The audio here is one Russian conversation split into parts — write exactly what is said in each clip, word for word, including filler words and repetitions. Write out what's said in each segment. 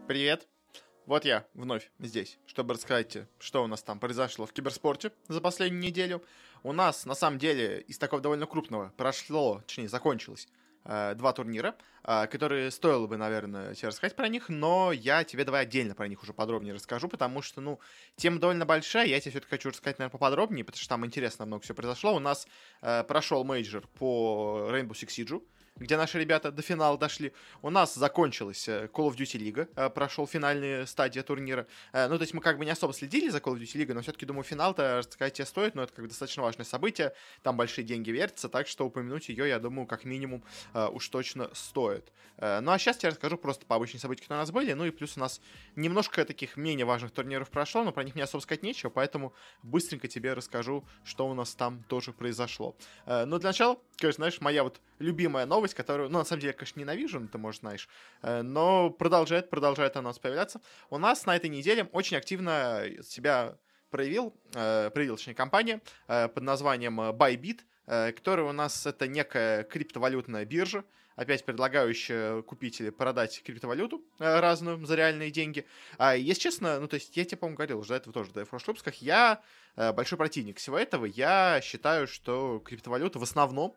Привет! Вот я вновь здесь, чтобы рассказать, что у нас там произошло в киберспорте за последнюю неделю. У нас, на самом деле, из такого довольно крупного прошло, точнее, закончилось э, два турнира, э, которые стоило бы, наверное, тебе рассказать про них, но я тебе давай отдельно про них уже подробнее расскажу, потому что, ну, тема довольно большая, я тебе все-таки хочу рассказать, наверное, поподробнее, потому что там интересно много все произошло. У нас э, прошел мейджор по Rainbow Six Siege, где наши ребята до финала дошли. У нас закончилась Call of Duty League, прошел финальная стадия турнира. Ну, то есть мы как бы не особо следили за Call of Duty League, но все-таки, думаю, финал-то рассказать тебе стоит, но это как бы достаточно важное событие, там большие деньги вертятся, так что упомянуть ее, я думаю, как минимум уж точно стоит. Ну, а сейчас я расскажу просто по обычным событиям, которые у нас были, ну и плюс у нас немножко таких менее важных турниров прошло, но про них мне особо сказать нечего, поэтому быстренько тебе расскажу, что у нас там тоже произошло. Но для начала, конечно, знаешь, моя вот любимая новость, которую, ну, на самом деле, я, конечно, ненавижу, ну, ты, может, знаешь, но продолжает, продолжает она у нас появляться. У нас на этой неделе очень активно себя проявил, проявила, точнее, компания под названием Bybit, которая у нас это некая криптовалютная биржа, опять предлагающая купить или продать криптовалюту разную за реальные деньги. А, если честно, ну, то есть, я тебе, по-моему, говорил уже до этого тоже, да, в прошлых выпусках, я большой противник всего этого. Я считаю, что криптовалюта в основном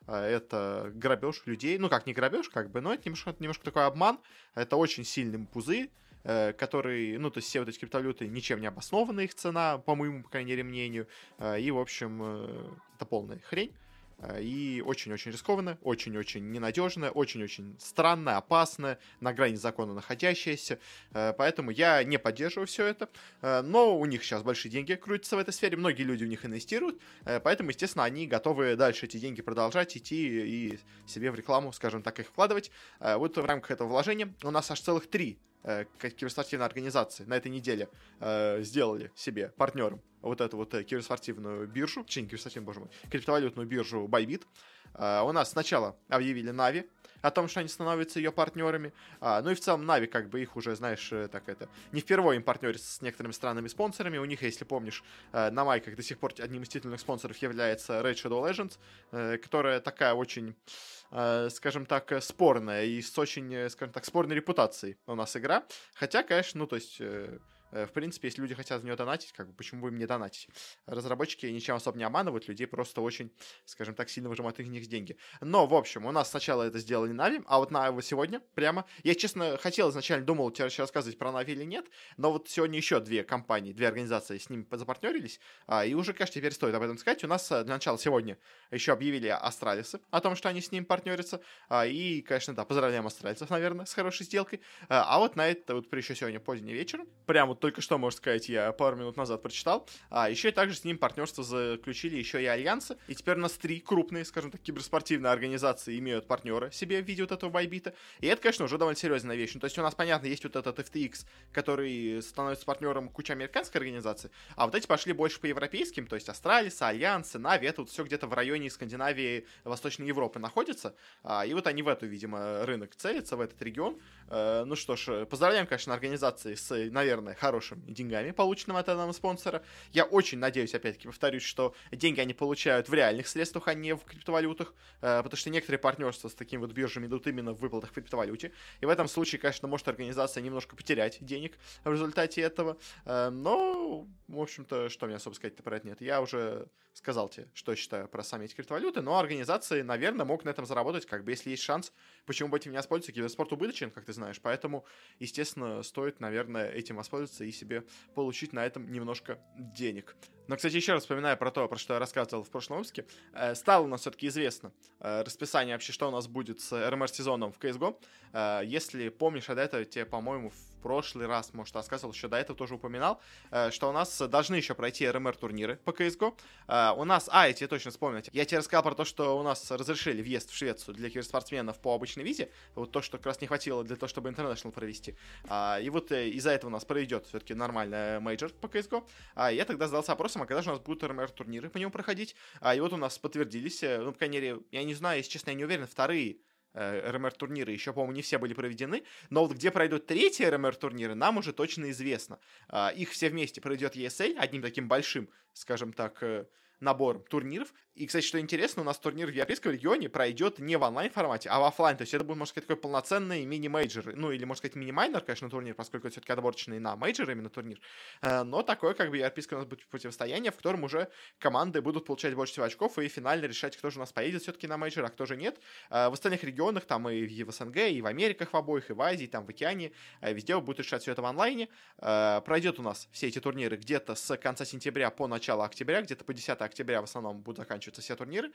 это грабеж людей. Ну, как не грабеж, как бы, но это немножко, немножко такой обман. Это очень сильный пузырь, который, ну, то есть все вот эти криптовалюты ничем не обоснованы, их цена, по моему, по крайней мере, мнению. И, в общем, это полная хрень. И очень-очень рискованная, очень-очень ненадежная, очень-очень странная, опасная, на грани закона находящаяся. Поэтому я не поддерживаю все это. Но у них сейчас большие деньги крутятся в этой сфере, многие люди в них инвестируют. Поэтому, естественно, они готовы дальше эти деньги продолжать идти и себе в рекламу, скажем так, их вкладывать. Вот в рамках этого вложения у нас аж целых три киберспортивные организации на этой неделе э, сделали себе партнером вот эту вот киберспортивную биржу, точнее, киберспортивную, боже мой, криптовалютную биржу Bybit. Э, у нас сначала объявили Na'Vi о том, что они становятся ее партнерами. А, ну и в целом Na'Vi, как бы их уже, знаешь, так это, не впервые им партнерится с некоторыми странными спонсорами. У них, если помнишь, на майках до сих пор одним из титульных спонсоров является Raid Shadow Legends, э, которая такая очень, э, скажем так, спорная и с очень, скажем так, спорной репутацией у нас игра. Хотя, конечно, ну то есть... Э, В принципе, если люди хотят в нее донатить, как бы, почему бы им не донатить? Разработчики ничем особо не обманывают, людей просто очень, скажем так, сильно выжимают из них деньги. Но, в общем, у нас сначала это сделали Na'Vi, а вот Na'Vi сегодня прямо... Я, честно, хотел изначально, думал тебе еще рассказывать про Na'Vi или нет, но вот сегодня еще две компании, две организации с ними запартнерились, и уже, конечно, теперь стоит об этом сказать. У нас для начала сегодня еще объявили Астралисы о том, что они с ним партнерятся, и, конечно, да, поздравляем астральцев, наверное, с хорошей сделкой. А вот на это, вот еще сегодня позднее вечером, прямо вот только что, можно сказать, я пару минут назад прочитал. А еще и также с ним партнерство заключили еще и альянсы. И теперь у нас три крупные, скажем так, киберспортивные организации имеют партнера себе в виде вот этого Bybit. И это, конечно, уже довольно серьезная вещь. Ну, то есть у нас, понятно, есть вот этот эф ти экс, который становится партнером кучи американской организаций, а вот эти пошли больше по европейским, то есть Астралис, Альянсы, Na'Vi, это вот все где-то в районе Скандинавии, Восточной Европы находится. И вот они в эту, видимо, рынок целятся, в этот регион. Ну что ж, поздравляем, конечно, организации с, наверное, хорошим деньгами, полученным от этого спонсора. Я очень надеюсь, опять-таки, повторюсь, что деньги они получают в реальных средствах, а не в криптовалютах, потому что некоторые партнерства с такими вот биржами идут именно в выплатах в криптовалюте. И в этом случае, конечно, может организация немножко потерять денег в результате этого. Но, в общем-то, что мне особо сказать-то про это нет. Я уже сказал тебе, что я считаю про сами эти криптовалюты, но организации, наверное, могут на этом заработать, как бы, если есть шанс, почему бы этим не воспользоваться. Киберспорт убыточен, как ты знаешь, поэтому, естественно, стоит, наверное, этим воспользоваться и себе получить на этом немножко денег. Но, кстати, еще раз вспоминая про то, про что я рассказывал в прошлом выпуске, э, стало у нас все-таки известно э, расписание вообще, что у нас будет с эр эм эр-сезоном в си эс го. Э, если помнишь, а до этого тебе, по-моему, в прошлый раз, может, рассказывал, еще до этого тоже упоминал, э, что у нас должны еще пройти эр эм эр-турниры по си эс го. Э, у нас, а, я тебе точно вспомнил, я тебе рассказал про то, что у нас разрешили въезд в Швецию для киберспортсменов по обычной визе, вот то, что как раз не хватило для того, чтобы International провести. Э, и вот э, из-за этого у нас пройдет все-таки нормальный мейджор по си эс го. Э, я тогда задался вопросом, а когда же у нас будут эр эм эр-турниры по нему проходить? А, и вот у нас подтвердились, ну, по крайней мере, я не знаю, если честно, я не уверен, вторые эр эм эр-турниры еще, по-моему, не все были проведены, но вот где пройдут третьи эр эм эр-турниры, нам уже точно известно. А, их все вместе пройдет и эс эл, одним таким большим, скажем так, набором турниров. И, кстати, что интересно, у нас турнир в европейском регионе пройдет не в онлайн-формате, а в офлайн. То есть это будет, можно сказать, такой полноценный мини-мейджор. Ну, или, можно сказать, мини-майнер, конечно, турнир, поскольку это все-таки отборочный на мейджор именно турнир. Но такое, как бы, европейское у нас будет противостояние, в котором уже команды будут получать больше всего очков и финально решать, кто же у нас поедет все-таки на мейджор, а кто же нет. В остальных регионах, там и в СНГ, и в Америках в обоих, и в Азии, там в океане, везде будет решать все это в онлайне. Пройдет у нас все эти турниры где-то с конца сентября по начало октября, где-то по десятое октября в основном будут заканчиваться все турниры.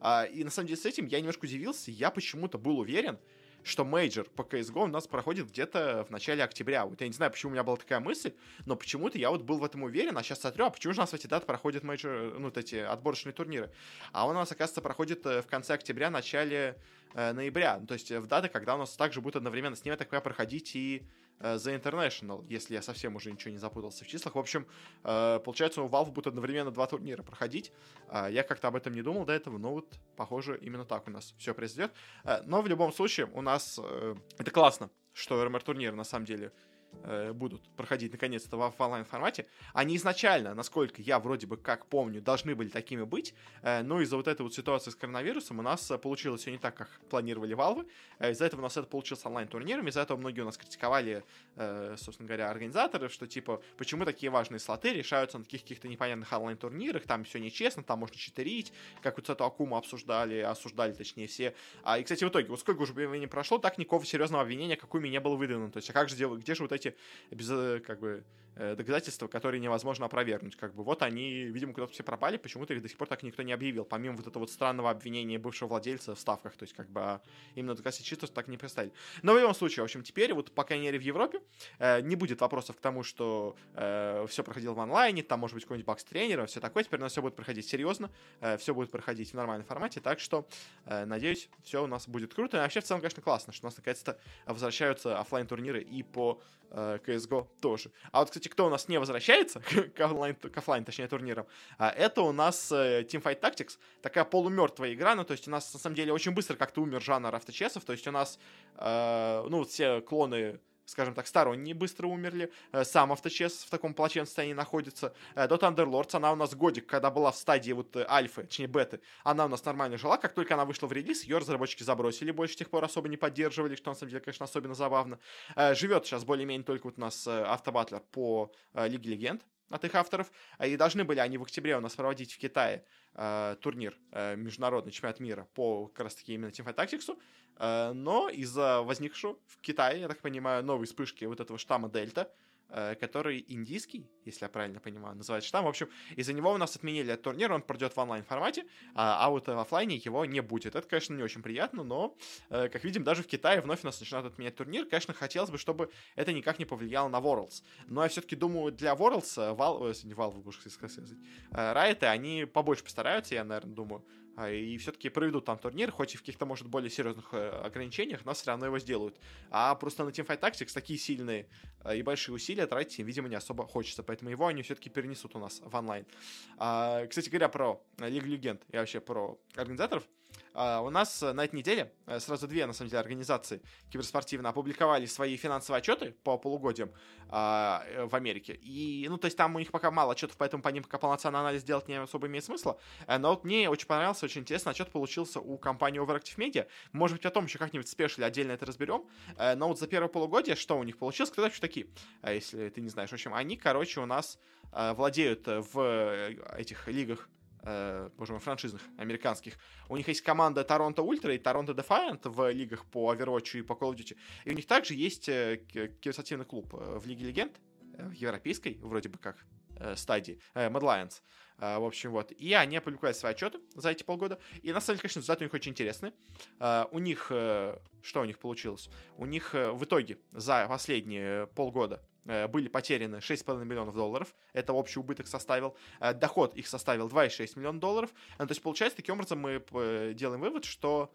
И на самом деле с этим я немножко удивился. Я почему-то был уверен, что мейджор по си эс го у нас проходит где-то в начале октября. Вот я не знаю, почему у меня была такая мысль, но почему-то я вот был в этом уверен, а сейчас смотрю, а почему же у нас в эти даты проходят мейджор, ну, вот эти отборочные турниры? А он у нас, оказывается, проходит в конце октября, начале э, ноября. Ну, то есть в даты, когда у нас также будет одновременно с ним, я так понимаю, проходить и The International, если я совсем уже ничего не запутался в числах. В общем, получается, у Valve будут одновременно два турнира проходить. Я как-то об этом не думал до этого, но вот, похоже, именно так у нас все произойдет. Но в любом случае, у нас это классно, что эр эм эр-турниры на самом деле будут проходить наконец-то в онлайн-формате. Они изначально, насколько я вроде бы как помню, должны были такими быть, но из-за вот этой вот ситуации с коронавирусом у нас получилось все не так, как планировали Valve. Из-за этого у нас это получилось онлайн-турниром, из-за этого многие у нас критиковали, собственно говоря, организаторов, что типа, почему такие важные слоты решаются на таких каких-то непонятных онлайн-турнирах, там все нечестно, там можно читерить, как вот эту Акуму обсуждали, осуждали, точнее, все. А, и, кстати, в итоге, вот сколько уже времени прошло, так никакого серьезного обвинения к Акуме не было выдвинуто. То есть, а как же делать, где же вот эти без, как бы, доказательства, которые невозможно опровергнуть. Как бы вот они, видимо, куда-то все пропали, почему-то их до сих пор так никто не объявил, помимо вот этого вот странного обвинения бывшего владельца в ставках, то есть как бы именно доказательства чисто так не представили. Но в любом случае, в общем, теперь вот, по крайней мере, в Европе э, не будет вопросов к тому, что э, все проходило в онлайне, там может быть какой-нибудь баг с тренером, все такое, теперь у нас все будет проходить серьезно, э, все будет проходить в нормальном формате, так что, э, надеюсь, все у нас будет круто. И вообще, в целом, конечно, классно, что у нас наконец-то возвращаются офлайн турниры и по э, си эс го тоже. А вот, кстати, кто у нас не возвращается к офлайн, к офлайн, точнее, турнирам, это у нас э, Teamfight Tactics, такая полумертвая игра, ну, то есть у нас, на самом деле, очень быстро как-то умер жанр авточесов, то есть у нас, э, ну, все клоны, скажем так, сторонние быстро умерли, сам авточес в таком плачевном состоянии находится. Dota Underlords, она у нас годик, когда была в стадии вот альфы, точнее беты, она у нас нормально жила, как только она вышла в релиз, ее разработчики забросили, больше с тех пор особо не поддерживали, что на самом деле, конечно, особенно забавно. Живет сейчас более-менее только вот у нас автобатлер по Лиге Легенд от их авторов, и должны были они в октябре у нас проводить в Китае э, турнир, э, международный чемпионат мира по как раз таки именно Teamfight Tactics, э, но из-за возникшего в Китае, я так понимаю, новой вспышки вот этого штамма Дельта, э, который индийский, если я правильно понимаю, называется штамм. В общем, из-за него у нас отменили этот турнир, он пройдет в онлайн-формате, а, а вот в офлайне его не будет. Это, конечно, не очень приятно, но, э, как видим, даже в Китае вновь у нас начинают отменять турнир. Конечно, хотелось бы, чтобы это никак не повлияло на Worlds. Но я все-таки думаю, для Worlds, Valve, не Valve, будешь сказать, Riot, они побольше постараются, я, наверное, думаю, и все-таки проведут там турнир, хоть и в каких-то, может, более серьезных ограничениях, но все равно его сделают. А просто на Teamfight Tactics такие сильные и большие усилия тратить им, видимо, не особо хочется, поэтому его они все-таки перенесут у нас в онлайн. Кстати говоря, про Лигу Легенд и вообще про организаторов, Uh, у нас на этой неделе uh, сразу две, на самом деле, организации киберспортивно опубликовали свои финансовые отчеты по полугодиям uh, в Америке. И, ну, то есть там у них пока мало отчетов, поэтому по ним пока полноценный анализ делать не особо имеет смысла. Uh, но вот мне очень понравился, очень интересный отчет получился у компании Overactive Media. Может быть, потом еще как-нибудь в спешле отдельно это разберем. Uh, но вот за первое полугодие, что у них получилось, кто вообще такие, uh, если ты не знаешь. В общем, они, короче, у нас uh, владеют в этих лигах, Uh, боже мой, франшизных, американских. У них есть команда Торонто Ультра и Торонто Defiant в лигах по Overwatch и по Call of Duty. И у них также есть uh, киберспортивный клуб uh, в Лиге Легенд, uh, в европейской, вроде бы как, uh, стадии, uh, Mad Lions. Uh, в общем, вот. И они опубликовали свои отчеты за эти полгода. И, на самом деле, конечно, результаты у них очень интересные. Uh, у них... Uh, что у них получилось? У них uh, в итоге за последние полгода были потеряны шесть с половиной миллионов долларов. Это общий убыток составил. Доход их составил два и шесть миллиона долларов. То есть, получается, таким образом мы делаем вывод, что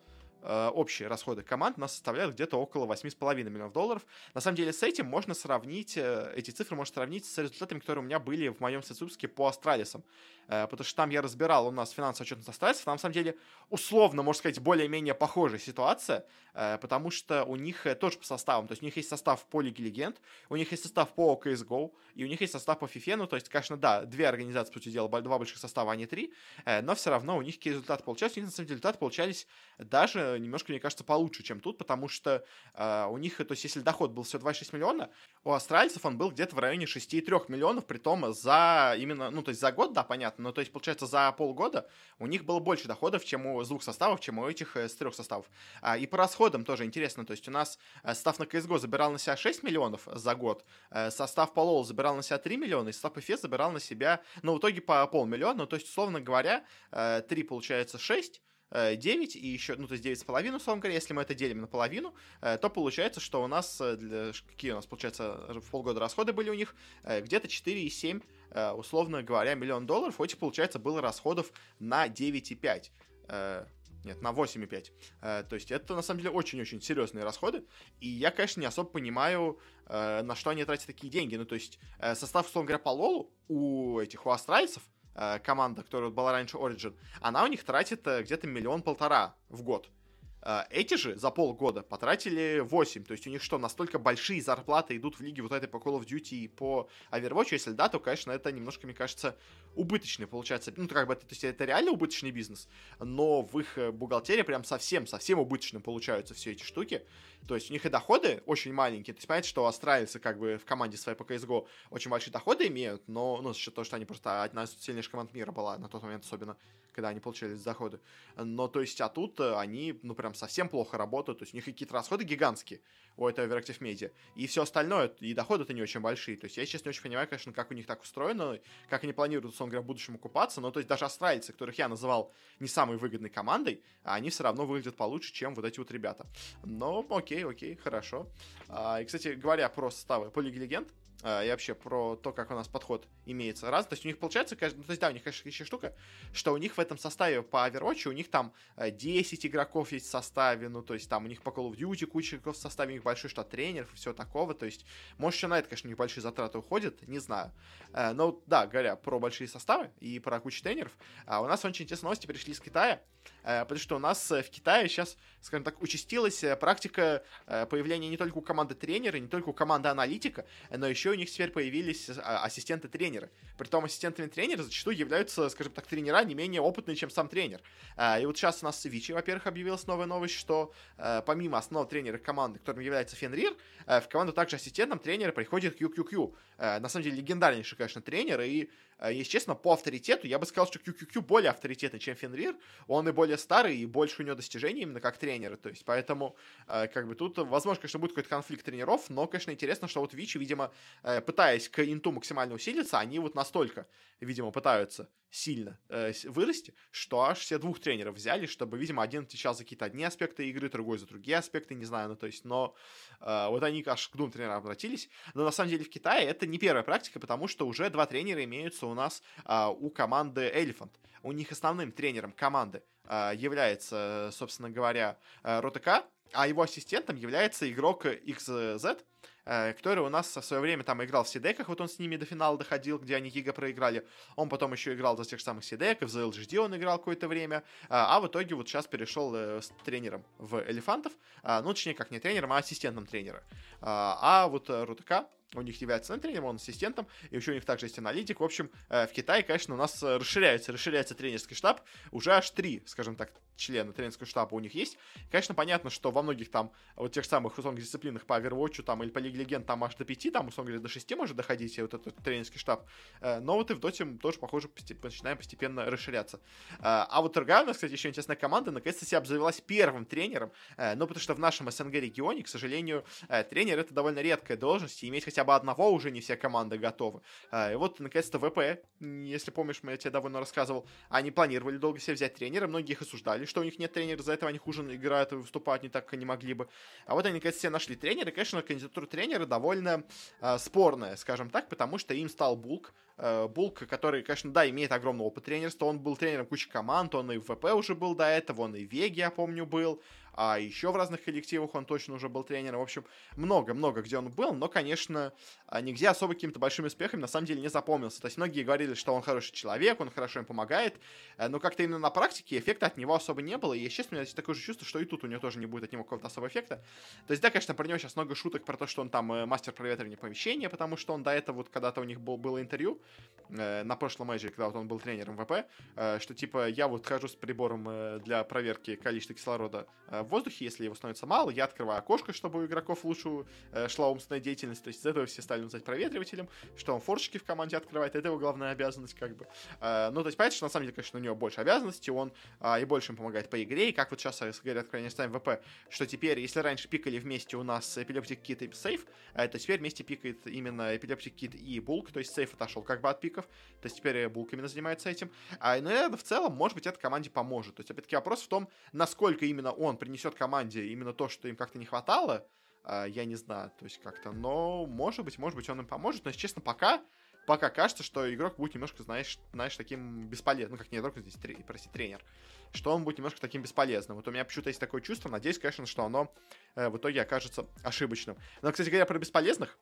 э, общие расходы команд у нас составляют где-то около восемь с половиной миллионов долларов. На самом деле с этим можно сравнить, э, эти цифры можно сравнить с результатами, которые у меня были в моем спецвыпуске по Астралисам. Э, потому что там я разбирал у нас финансовую отчетность Астралисов, там на самом деле условно, можно сказать, более-менее похожая ситуация, э, потому что у них э, тоже по составам, то есть у них есть состав по Лиге Легенд, у них есть состав по си эс го, и у них есть состав по FIFA, ну, то есть, конечно, да, две организации, по сути дела, два больших состава, а не три, э, но все равно у них какие результаты получались, у них, на самом деле, результаты получались даже немножко, мне кажется, получше, чем тут, потому что э, у них, то есть, если доход был всего два и шесть десятых миллиона, у австралийцев он был где-то в районе шесть и три миллионов, при том за именно, ну, то есть, за год, да, понятно, но, то есть, получается, за полгода у них было больше доходов, чем у двух составов, чем у этих э, с трех составов. А, и по расходам тоже интересно, то есть, у нас э, состав на си эс го забирал на себя шесть миллионов за год, э, состав по лол забирал на себя три миллиона, и состав по эф забирал на себя, ну, в итоге по полмиллиона, то есть, условно говоря, э, три получается шесть, девять и еще, ну, то есть девять с половиной, условно говоря, если мы это делим на половину, то получается, что у нас, для, какие у нас, получается, в полгода расходы были у них, где-то четыре и семь, условно говоря, миллион долларов, у этих, получается, было расходов на девять и пять. Нет, на восемь и пять. То есть это, на самом деле, очень-очень серьезные расходы. И я, конечно, не особо понимаю, на что они тратят такие деньги. Ну, то есть состав, условно говоря, по лолу у этих, у австралийцев, команда, которая была раньше Origin, она у них тратит где-то миллион-полтора в год. Эти же за полгода потратили восемь. То есть у них что, настолько большие зарплаты идут в лиге вот этой по Call of Duty и по Overwatch? Если да, то, конечно, это немножко, мне кажется, убыточный получается. Ну, как бы, это, то есть это реально убыточный бизнес, но в их бухгалтерии прям совсем-совсем убыточным получаются все эти штуки. То есть у них и доходы очень маленькие. То есть понятно, что австралийцы как бы в команде своей по си эс го очень большие доходы имеют, но, ну, за счет того, что они просто одна из сильнейших команд мира была на тот момент, особенно, когда они получали эти доходы. Но, то есть, а тут они, ну, прям совсем плохо работают. То есть у них какие-то расходы гигантские у этого Overactive Media. И все остальное, и доходы-то не очень большие. То есть я, честно, не очень понимаю, конечно, как у них так устроено, как они планируют, условно говоря, в будущем окупаться. Но, то есть, даже австралийцы, которых я называл не самой выгодной командой, они все равно выглядят получше, чем вот эти вот ребята. Но, окей, окей, хорошо. А, и, кстати, говоря про составы по Лиге Легенд, и вообще про то, как у нас подход имеется раз. То есть у них получается, то есть да, у них, конечно, еще штука, что у них в этом составе по Overwatch, у них там десять игроков есть в составе, ну, то есть там у них по Call of Duty куча игроков в составе, у них большой штат тренеров и всего такого, то есть, может, еще на это, конечно, у них большие затраты уходят, не знаю. Но, да, говоря про большие составы и про кучу тренеров, у нас очень интересные новости пришли из Китая, потому что у нас в Китае сейчас, скажем так, участилась практика появления не только у команды тренера, не только у команды аналитика, но еще у них теперь появились ассистенты-тренеры. Притом ассистентами тренера зачастую являются, скажем так, тренера не менее опытные, чем сам тренер. И вот сейчас у нас в Вичи, во-первых, объявилась новая новость, что помимо основного тренера команды, которым является Фенрир, в команду также ассистентом тренера приходит Кью Кью Кью. На самом деле легендарнейший, конечно, тренер, и, если честно, по авторитету я бы сказал, что Кью Кью Кью более авторитетный, чем Фенрир. Он и более старый, и больше у него достижений именно как тренера. То есть, поэтому, как бы тут, возможно, конечно, будет какой-то конфликт тренеров, но, конечно, интересно, что вот Вичи, видимо, пытаясь к инту максимально усилиться, они вот настолько, видимо, пытаются сильно э, вырасти, что аж все двух тренеров взяли, чтобы, видимо, один отвечал за какие-то одни аспекты игры, другой за другие аспекты, не знаю, ну, то есть, но э, вот они аж к двум тренерам обратились, но на самом деле в Китае это не первая практика, потому что уже два тренера имеются у нас э, у команды Elephant. У них основным тренером команды э, является, собственно говоря, э, Ротека, а его ассистентом является игрок икс зет, который у нас в свое время там играл в Сидеках, вот он с ними до финала доходил, где они Гига проиграли. Он потом еще играл за тех же самых Сидеков, за эл джи ди он играл какое-то время, а в итоге вот сейчас перешел с тренером в Элефантов, ну, точнее, как не тренером, а ассистентом тренера. А вот РУТК у них является не тренером, он ассистентом, и еще у них также есть аналитик. В общем, в Китае, конечно, у нас расширяется, расширяется тренерский штаб, уже аж три, скажем так, члена тренерского штаба у них есть. Конечно, понятно, что во многих там вот тех самых, условно, дисциплинах по Overwatch там или по Лиге Легенд там аж до пяти, там, условно говоря, до шести может доходить вот этот тренерский штаб. Но вот и в Доте тоже, похоже, постеп- начинаем постепенно расширяться. А вот другая у нас, кстати, еще интересная команда, наконец-то себя обзавелась первым тренером, ну, потому что в нашем СНГ регионе, к сожалению, тренер — это довольно редкая должность, и иметь хотя бы одного уже не все команды готовы. И вот, наконец-то, ВП, если помнишь, я тебе давно рассказывал, они планировали долго себе взять тренера, многие их осуждали, что у них нет тренера, из-за этого они хуже играют и выступают не так, как они могли бы. А вот они, наконец, себе нашли тренера, и, конечно, кандидатура тренера довольно э, спорная, скажем так, потому что им стал Булк. Э, Булк, который, конечно, да, имеет огромный опыт тренерства, он был тренером кучи команд, он и в ВП уже был до этого, он и в Веге, я помню, был, а еще в разных коллективах он точно уже был тренером. В общем, много-много где он был, но, конечно, нигде особо какими-то большими успехами на самом деле не запомнился. То есть многие говорили, что он хороший человек, он хорошо им помогает, но как-то именно на практике эффекта от него особо не было, и, если честно, у меня такое же чувство, что и тут у него тоже не будет от него какого-то особого эффекта. То есть, да, конечно, про него сейчас много шуток про то, что он там мастер проветривания помещения, потому что он до этого вот когда-то у них был, было интервью э, на прошлом матче, когда вот он был тренером ВП, э, что типа я вот хожу с прибором э, для проверки количества кислорода э, в воздухе, если его становится мало, я открываю окошко, чтобы у игроков лучше э, шла умственная деятельность, то есть из этого все стали называть проветривателем, что он форчики в команде открывает, это его главная обязанность, как бы. Э, ну, то есть, понятно, что на самом деле, конечно, у него больше обязанностей, он э, и больше им помогает по игре, и как вот сейчас говорят, крайне ставим ВП, что теперь, если раньше пикали вместе у нас Epileptic Kid и Сейф, э, то теперь вместе пикает именно Epileptic Kid и Булк, то есть Сейф отошел как бы от пиков, то есть теперь Булк именно занимается этим. А, ну, наверное, в целом, может быть, это команде поможет. То есть, опять-таки, вопрос в том, насколько именно он принесет команде именно то, что им как-то не хватало, а, я не знаю, то есть как-то, но, может быть, может быть, он им поможет, но, если честно, пока, пока кажется, что игрок будет немножко, знаешь, знаешь таким бесполезным, ну, как не игрок, здесь, тренер, прости, тренер, что он будет немножко таким бесполезным. Вот у меня почему-то есть такое чувство, надеюсь, конечно, что оно э, в итоге окажется ошибочным. Но, кстати говоря, про бесполезных,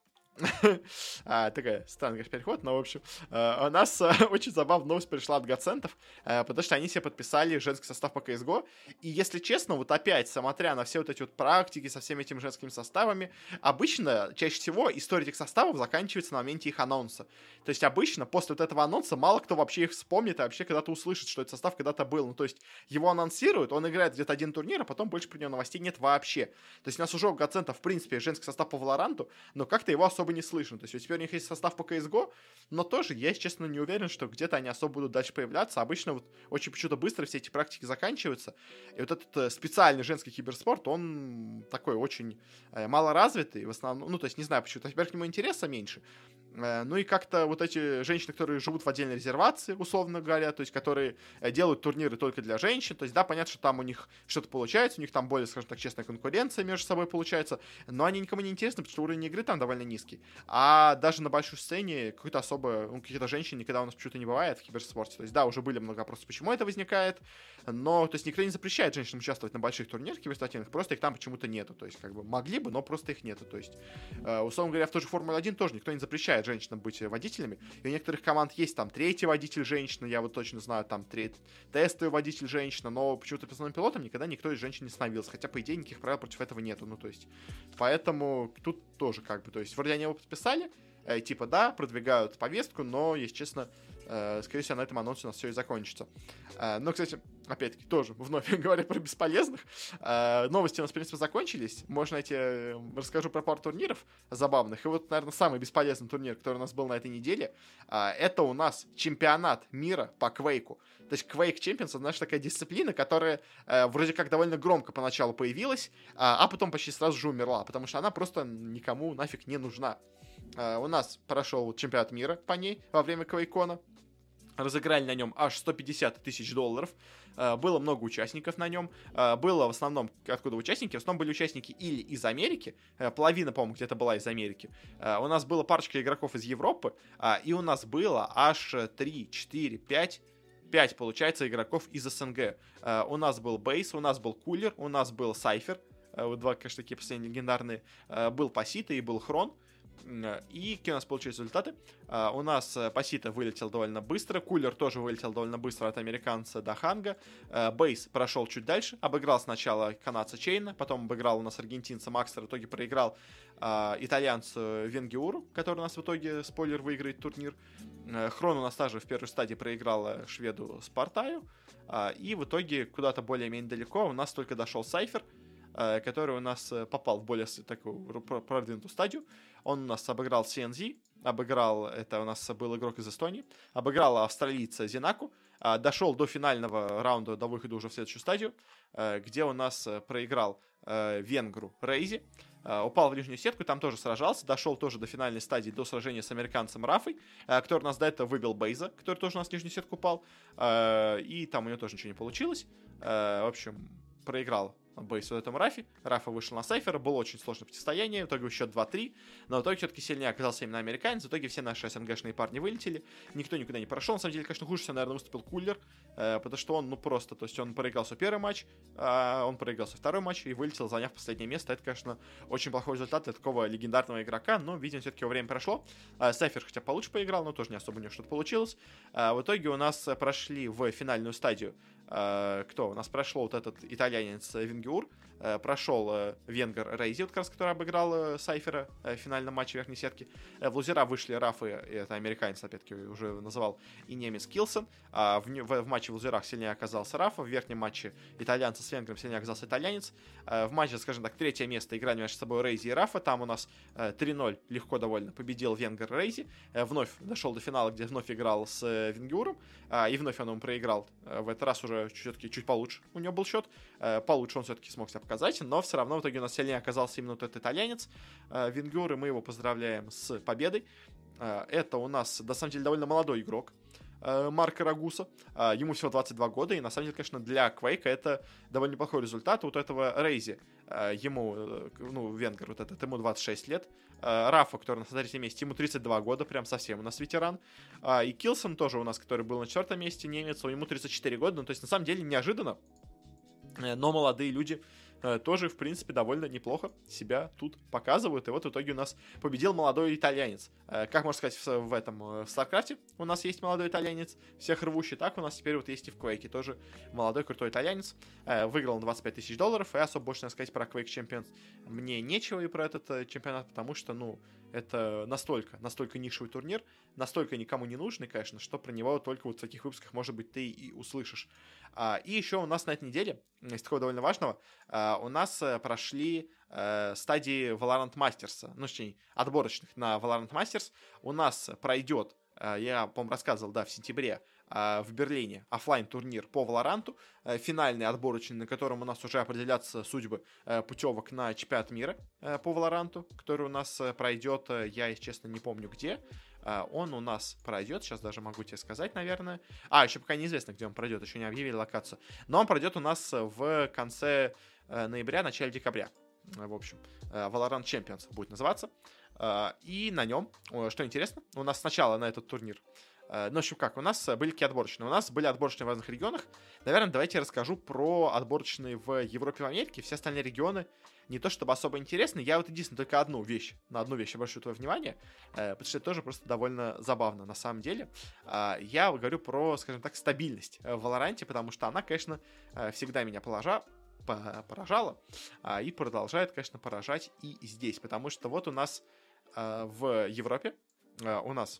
а, такая странный, конечно, переход, но, в общем, uh, у нас uh, очень забавная новость пришла от Гоцентов, uh, потому что они себе подписали женский состав по си эс го, и, если честно, вот опять, смотря на все вот эти вот практики со всеми этими женскими составами, обычно, чаще всего, история этих составов заканчивается на моменте их анонса. То есть, обычно, после вот этого анонса, мало кто вообще их вспомнит и вообще когда-то услышит, что этот состав когда-то был. Ну, то есть, его анонсируют, он играет где-то один турнир, а потом больше про него новостей нет вообще. То есть, у нас уже у Гоцентов, в принципе, женский состав по Валоранту, но как-то его особо не слышно. То есть, теперь у них есть состав по си эс го, но тоже я, если честно, не уверен, что где-то они особо будут дальше появляться. Обычно вот очень почему-то быстро все эти практики заканчиваются. И вот этот э, специальный женский киберспорт, он такой очень э, малоразвитый, в основном, ну, то есть, не знаю почему-то, теперь к нему интереса меньше. Э, ну и как-то вот эти женщины, которые живут в отдельной резервации, условно говоря, то есть, которые э, делают турниры только для женщин, то есть, да, понятно, что там у них что-то получается, у них там более, скажем так, честная конкуренция между собой получается, но они никому не интересны, потому что уровень игры там довольно низкий. А даже на большой сцене какой-то особо, ну, каких-то женщин никогда у нас почему-то не бывает в киберспорте. То есть, да, уже были много вопросов, почему это возникает, но, то есть, никто не запрещает женщинам участвовать на больших турнирах киберспортивных, просто их там почему-то нету. То есть, как бы, могли бы, но просто их нету. То есть, э, условно говоря, в той же Формуле один тоже никто не запрещает женщинам быть водителями. И у некоторых команд есть там третий водитель женщина, я вот точно знаю, там третий тестовый водитель женщина, но почему-то основным пилотом никогда никто из женщин не становился. Хотя, по идее, никаких правил против этого нету. Ну, то есть, поэтому тут тоже как бы, то есть, вроде они его подписали, э, типа, да, продвигают повестку, но, если честно, э, скорее всего, на этом анонсе у нас все и закончится. Э, но, кстати, опять-таки, тоже, вновь говоря про бесполезных, э, новости у нас, в принципе, закончились. Можно, я тебе расскажу про пару турниров забавных. И вот, наверное, самый бесполезный турнир, который у нас был на этой неделе, э, это у нас чемпионат мира по Квейку. То есть Quake Champions, знаешь, такая дисциплина, которая э, вроде как довольно громко поначалу появилась, а, а потом почти сразу же умерла, потому что она просто никому нафиг не нужна. Э, у нас прошел чемпионат мира по ней во время Квейкона. Разыграли на нем аж сто пятьдесят тысяч долларов. Э, было много участников на нем. Э, было в основном, откуда участники? В основном были участники или из Америки. Э, половина, по-моему, где-то была из Америки. Э, у нас была парочка игроков из Европы. Э, и у нас было аж три, четыре, пять... пять, получается, игроков из СНГ. Uh, у нас был Бейс, у нас был Кулер, у нас был Сайфер. Uh, вот два, конечно, такие последние легендарные. Uh, был Пасита и был Хрон. Uh, и какие у нас получились результаты? Uh, у нас uh, Пасита вылетел довольно быстро. Кулер тоже вылетел довольно быстро от американца до Ханга. Uh, Бейс прошел чуть дальше. Обыграл сначала канадца Чейна, потом обыграл у нас аргентинца Макстер. В итоге проиграл uh, итальянцу Венгиуру, который у нас в итоге, спойлер, выиграет турнир. Хрон у нас также в первой стадии проиграл шведу Спартаю, и в итоге куда-то более-менее далеко у нас только дошел Сайфер, который у нас попал в более такую продвинутую стадию. Он у нас обыграл си эн зет, обыграл, это у нас был игрок из Эстонии, обыграл австралийца Зинаку, дошел до финального раунда, до выхода уже в следующую стадию, где у нас проиграл венгру Рейзи, упал в нижнюю сетку, там тоже сражался, дошел тоже до финальной стадии, до сражения с американцем Рафой, который у нас до этого выбил Бейза, который тоже у нас в нижнюю сетку упал, и там у него тоже ничего не получилось. В общем, проиграл бейс вот этому Рафи. Рафа вышел на Сайфера, было очень сложное противостояние, в итоге счет два-три, но в итоге все-таки сильнее оказался именно американец, в итоге все наши СНГшные парни вылетели, никто никуда не прошел, на самом деле, конечно, хуже всего, наверное, выступил Кулер, э, потому что он, ну, просто, то есть он проиграл свой первый матч, э, он проиграл свой второй матч и вылетел, заняв последнее место, это, конечно, очень плохой результат для такого легендарного игрока, но, видимо, все-таки время прошло, э, Сайфер хотя получше поиграл, но тоже не особо у него что-то получилось, э, в итоге у нас прошли в финальную стадию. Uh, кто? У нас прошел вот этот итальянец Вингюр, uh, прошел uh, венгер Рейзи, вот как раз, который обыграл uh, Сайфера uh, в финальном матче верхней сетки. Uh, в лузера вышли Рафы, это американец, опять-таки уже называл, и немец Килсон. Uh, в, в, в матче в лузерах сильнее оказался Рафа, в верхнем матче итальянца с венгром сильнее оказался итальянец. Uh, в матче, скажем так, третье место играли между собой Рейзи и Рафа, там у нас uh, три-ноль легко довольно победил венгер Рейзи, uh, вновь дошел до финала, где вновь играл с uh, Вингюром, uh, и вновь он ему проиграл. Uh, в этот раз уже все-таки чуть получше у него был счет, э, получше он все-таки смог себя показать, но все равно в итоге у нас сильнее оказался именно вот этот итальянец э, Вингюр, и мы его поздравляем с победой. Э, это у нас, на самом деле, довольно молодой игрок, э, Марко Рагуса, э, ему всего двадцать два года, и на самом деле, конечно, для Квейка это довольно неплохой результат. Вот этого Рейзи, э, ему, э, ну, венгер вот этот, ему двадцать шесть лет, Рафа, который на третьем месте, ему тридцать два года, прям совсем у нас ветеран. И Килсон тоже у нас, который был на четвертом месте, немец, ему тридцать четыре года. Ну, то есть, на самом деле, неожиданно, но молодые люди тоже, в принципе, довольно неплохо себя тут показывают. И вот в итоге у нас победил молодой итальянец. Как можно сказать, в, в этом, в Старкрафте у нас есть молодой итальянец, всех рвущий. Так у нас теперь вот есть и в Quake тоже молодой крутой итальянец. Выиграл на двадцать пять тысяч долларов. И особо больше, надо сказать, про Quake Champions мне нечего и про этот чемпионат, потому что, ну, это настолько, настолько нишевый турнир, настолько никому не нужный, конечно, что про него только вот в таких выпусках, может быть, ты и услышишь. А, и еще у нас на этой неделе, из такого довольно важного, а, у нас а, прошли а, стадии Valorant Masters, ну, точнее, отборочных на Valorant Masters. У нас пройдет, а, я, по-моему, рассказывал, да, в сентябре, в Берлине офлайн турнир по Валоранту, финальный отборочный, на котором у нас уже определятся судьбы путевок на чемпионат мира по Валоранту, который у нас пройдет, я, если честно, не помню где. Он у нас пройдет, сейчас даже могу тебе сказать, наверное. А, еще пока неизвестно, где он пройдет, еще не объявили локацию. Но он пройдет у нас в конце ноября, начале декабря. В общем, Valorant Champions будет называться. И на нем, что интересно, у нас сначала на этот турнир, ну, в общем, как, у нас были какие отборочные? У нас были отборочные в разных регионах. Наверное, давайте я расскажу про отборочные в Европе и в Америке. Все остальные регионы не то чтобы особо интересны. Я вот единственное только одну вещь, на одну вещь обращу твое внимание, потому что это тоже просто довольно забавно на самом деле. Я говорю про, скажем так, стабильность в Валоранте, потому что она, конечно, всегда меня положа, поражала и продолжает, конечно, поражать и здесь. Потому что вот у нас в Европе, у нас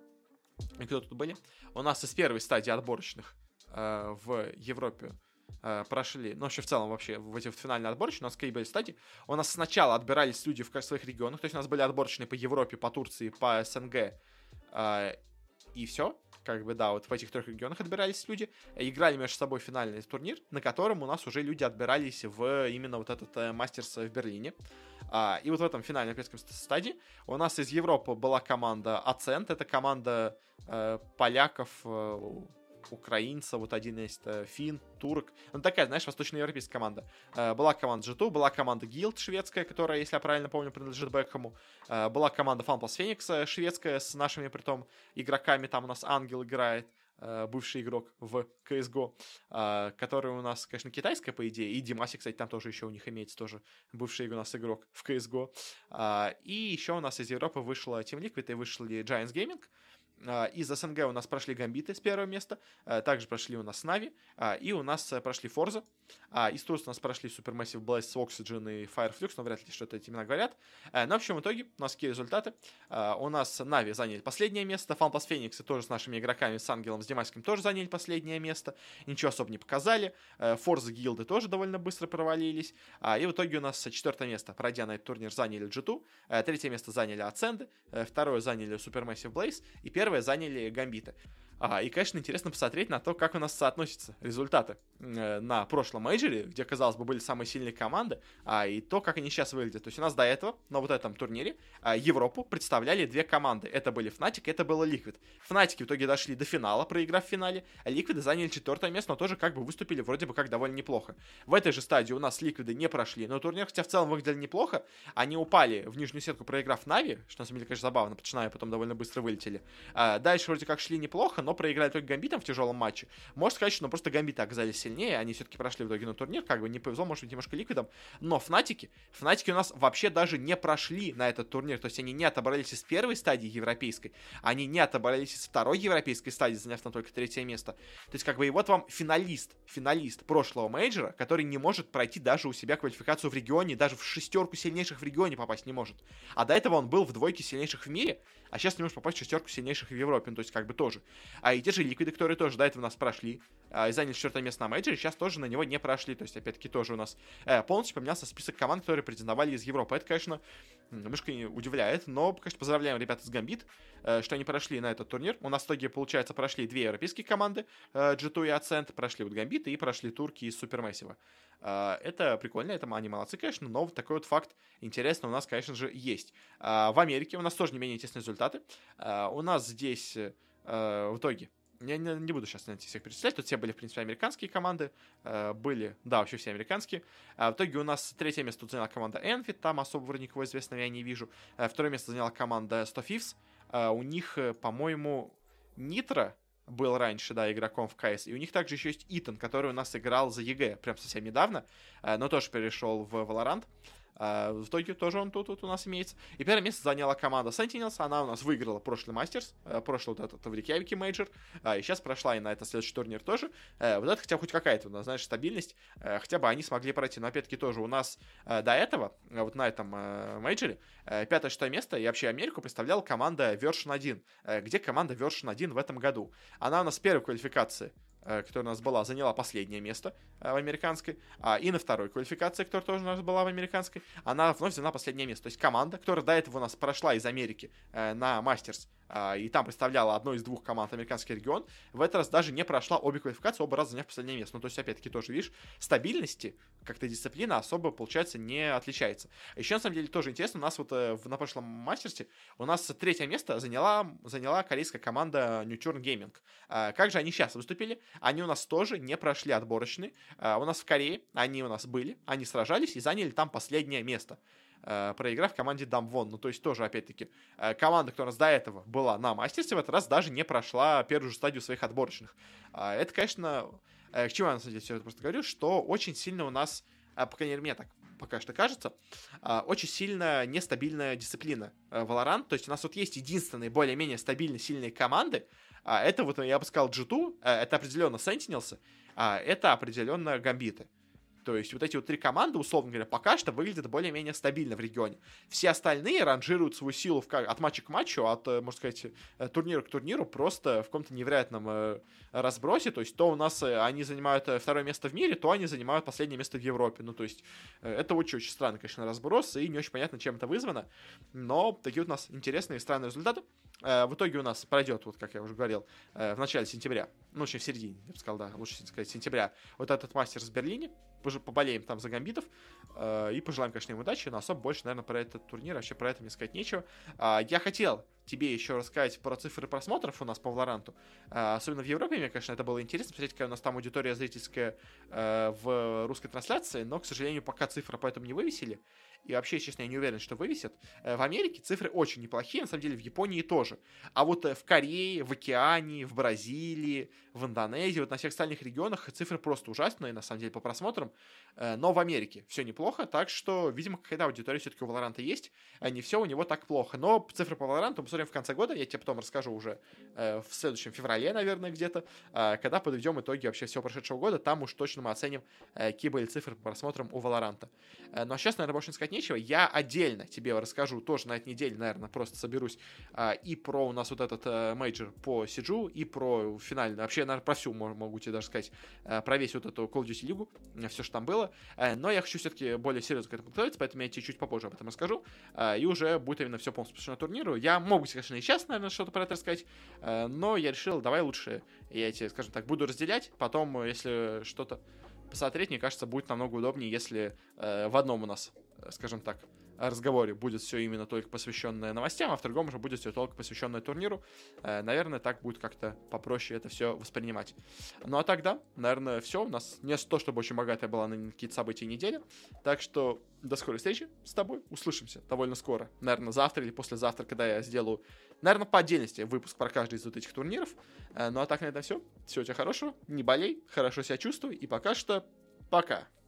и кто тут были? У нас из первой стадии отборочных э, в Европе э, прошли, ну, вообще в целом вообще в эти финальные отборочные, у нас какие были стадии? У нас сначала отбирались люди в своих регионах, то есть у нас были отборочные по Европе, по Турции, по СНГ, э, и все. Как бы, да, вот в этих трех регионах отбирались люди, играли между собой финальный турнир, на котором у нас уже люди отбирались в именно вот этот э, мастерс в Берлине. А, и вот в этом финальном пятом стадии у нас из Европы была команда Ацент, это команда э, поляков, э, украинцев, вот один есть э, фин, турок, ну такая, знаешь, восточноевропейская команда. Э, была команда джи ту, была команда Guild шведская, которая, если я правильно помню, принадлежит Бекхэму. Э, была команда FunPlus Phoenix шведская с нашими, притом, игроками, там у нас Ангел играет, бывший игрок в си эс го, который у нас, конечно, китайская, по идее, и Димаси, кстати, там тоже еще у них имеется, тоже бывший у нас игрок в си эс го. И еще у нас из Европы вышла Team Liquid и вышли Giants Gaming. Из СНГ у нас прошли Гамбиты с первого места, также прошли у нас Нави, и у нас прошли Forza. Из Турции у нас прошли Supermassive Blaze, Oxygen и Fireflux, но вряд ли что-то эти имена говорят. Но, в общем, в итоге у нас какие результаты? У нас Нави заняли последнее место, FunPlus Phoenix тоже с нашими игроками, с Ангелом, с Димасиком тоже заняли последнее место, ничего особо не показали. Forza гилды тоже довольно быстро провалились. И в итоге у нас четвертое место, пройдя на этот турнир, заняли джи ту, третье место заняли Аценды, второе заняли Supermassive Blaze и первое заняли Гамбиты. А, и, конечно, интересно посмотреть на то, как у нас соотносятся результаты э, на прошлом мейджоре, где, казалось бы, были самые сильные команды, а, и то, как они сейчас выглядят. То есть у нас до этого, на вот этом турнире, а, Европу представляли две команды. Это были Fnatic, это было Liquid. Fnatic в итоге дошли до финала, проиграв в финале, а Liquid заняли четвертое место, но тоже как бы выступили вроде бы как довольно неплохо. В этой же стадии у нас Liquid не прошли, но турнир, хотя в целом выглядел неплохо, они упали в нижнюю сетку, проиграв Нави, что на самом деле, конечно, забавно, потому что Нави потом довольно быстро вылетели. А, дальше вроде как шли неплохо, но проиграли только Гамбитом в тяжелом матче. Можно сказать, что ну, просто Гамбиты оказались сильнее, они все-таки прошли в итоге на турнир, как бы не повезло, может быть, немножко Ликвидом, но Фнатики, Фнатики у нас вообще даже не прошли на этот турнир, то есть они не отобрались из первой стадии европейской, они не отобрались из второй европейской стадии, заняв там только третье место. То есть как бы и вот вам финалист, финалист прошлого мейджора, который не может пройти даже у себя квалификацию в регионе, даже в шестерку сильнейших в регионе попасть не может. А до этого он был в двойке сильнейших в мире, а сейчас не может попасть в шестерку сильнейших в Европе, ну, то есть как бы тоже. А и те же Ликвиды, которые тоже до этого нас прошли, а, и заняли четвертое место на мейджоре, сейчас тоже на него не прошли, то есть опять-таки тоже у нас э, полностью поменялся список команд, которые претендовали из Европы. Это, конечно, немножко удивляет, но, конечно, поздравляем ребят из Гамбит, э, что они прошли на этот турнир. У нас в итоге, получается, прошли две европейские команды, э, джи ту и Ascent, прошли вот Гамбиты и прошли турки из Супермассива. Uh, это прикольно, это они молодцы, конечно, но вот такой вот факт интересный у нас, конечно же, есть. Uh, в Америке у нас тоже не менее интересные результаты. Uh, у нас здесь uh, в итоге, я не, не буду сейчас всех перечислять, тут все были, в принципе, американские команды, uh, были, да, вообще все американские. Uh, в итоге у нас третье место тут заняла команда Envy, там особо вроде никого известного я не вижу. Uh, второе место заняла команда сто Thieves. Uh, у них, по-моему, Nitro был раньше, да, игроком в КС. И у них также еще есть Итан, который у нас играл за ЕГЭ прям совсем недавно, но тоже перешел в Valorant. В итоге тоже он тут, тут у нас имеется. И первое место заняла команда Sentinels. Она у нас выиграла прошлый Мастерс, прошлый вот этот в Рейкьявике мейджор. И сейчас прошла и на этот следующий турнир тоже. Вот это хотя бы хоть какая-то, ну, знаешь, стабильность. Хотя бы они смогли пройти. Но опять-таки тоже у нас до этого, вот на этом мейджоре, пятое-шестое место и вообще Америку представляла команда Version один. Где команда Version один в этом году? Она у нас в первой квалификации, которая у нас была, заняла последнее место в американской, и на второй квалификации, которая тоже у нас была в американской, она вновь заняла последнее место. То есть команда, которая до этого у нас прошла из Америки на Мастерс, и там представляла одну из двух команд американский регион, в этот раз даже не прошла обе квалификации, оба раза заняв последнее место. Ну, то есть, опять-таки, тоже, видишь, стабильности, как-то дисциплина особо, получается, не отличается. Еще, на самом деле, тоже интересно, у нас вот на прошлом Мастерсе у нас третье место заняла, заняла корейская команда Newturn Gaming. Как же они сейчас выступили? Они у нас тоже не прошли отборочные. У нас в Корее они у нас были, они сражались и заняли там последнее место, проиграв команде Damwon. Ну, то есть тоже, опять-таки, команда, которая у нас до этого была на Мастерсе, в этот раз даже не прошла первую же стадию своих отборочных. Это, конечно, к чему я, на самом деле, все это просто говорю, что очень сильно у нас, по крайней мере, мне так пока что кажется, очень сильно нестабильная дисциплина Valorant. То есть у нас вот есть единственные более-менее стабильные, сильные команды. Это вот, я бы сказал, джи ту, это определенно Sentinels, это определенно Гамбиты. То есть вот эти вот три команды, условно говоря, пока что выглядят более-менее стабильно в регионе. Все остальные ранжируют свою силу в, от матча к матчу, от, можно сказать, турнира к турниру просто в каком-то невероятном э, разбросе. То есть то у нас они занимают второе место в мире, то они занимают последнее место в Европе. Ну, то есть э, это очень-очень странный, конечно, разброс, и не очень понятно, чем это вызвано. Но такие вот у нас интересные и странные результаты. Э, в итоге у нас пройдет, вот как я уже говорил, э, в начале сентября, ну, очень в середине, я бы сказал, да, лучше сказать, сентября, вот этот Мастерс в Берлине. Поболеем там за Гамбитов э, и пожелаем, конечно, им удачи, но особо больше, наверное, про этот турнир, вообще про это мне сказать нечего. Э, я хотел тебе еще рассказать про цифры просмотров у нас по Valorant. Э, особенно в Европе, мне, конечно, это было интересно, посмотреть, какая у нас там аудитория зрительская э, в русской трансляции, но, к сожалению, пока цифры поэтому не вывесили. И вообще, честно, я не уверен, что вывесят. В Америке цифры очень неплохие, на самом деле в Японии тоже. А вот в Корее, в Океании, в Бразилии, в Индонезии, вот на всех остальных регионах цифры просто ужасные, на самом деле, по просмотрам. Но в Америке все неплохо, так что, видимо, какая-то аудитория все-таки у Valorant есть. Не все у него так плохо. Но цифры по Valorant мы посмотрим в конце года, я тебе потом расскажу уже в следующем феврале, наверное, где-то, когда подведем итоги вообще всего прошедшего года, там уж точно мы оценим, какие были цифры по просмотрам у Valorant. Ну а сейчас, наверное, больше не сказать нечего. Я отдельно тебе расскажу тоже на этой неделе, наверное, просто соберусь а, и про у нас вот этот а, мейджор по Сиджу, и про финальный, вообще, наверное, про всю, могу тебе даже сказать, а, про весь вот эту Call of Duty лигу, все, что там было. А, но я хочу все-таки более серьезно к этому подготовиться, поэтому я тебе чуть попозже об этом расскажу, а, и уже будет именно все полностью посвящено турниру. Я мог могу тебе, конечно, и сейчас, наверное, что-то про это рассказать, э, но я решил, давай лучше я тебе, скажем так, буду разделять, потом, э, если что-то посмотреть, мне кажется, будет намного удобнее, если э, в одном у нас, э, скажем так, разговоре будет все именно только посвященное новостям, а в другом уже будет все только посвященное турниру. Э, наверное, так будет как-то попроще это все воспринимать. Ну а тогда, наверное, все. У нас не то, чтобы очень богатая была на какие-то события недели. Так что до скорой встречи с тобой. Услышимся довольно скоро. Наверное, завтра или послезавтра, когда я сделаю, наверное, по отдельности выпуск про каждый из вот этих турниров. Э, ну а так на этом все. Всего тебе хорошего. Не болей. Хорошо себя чувствуй. И пока что пока.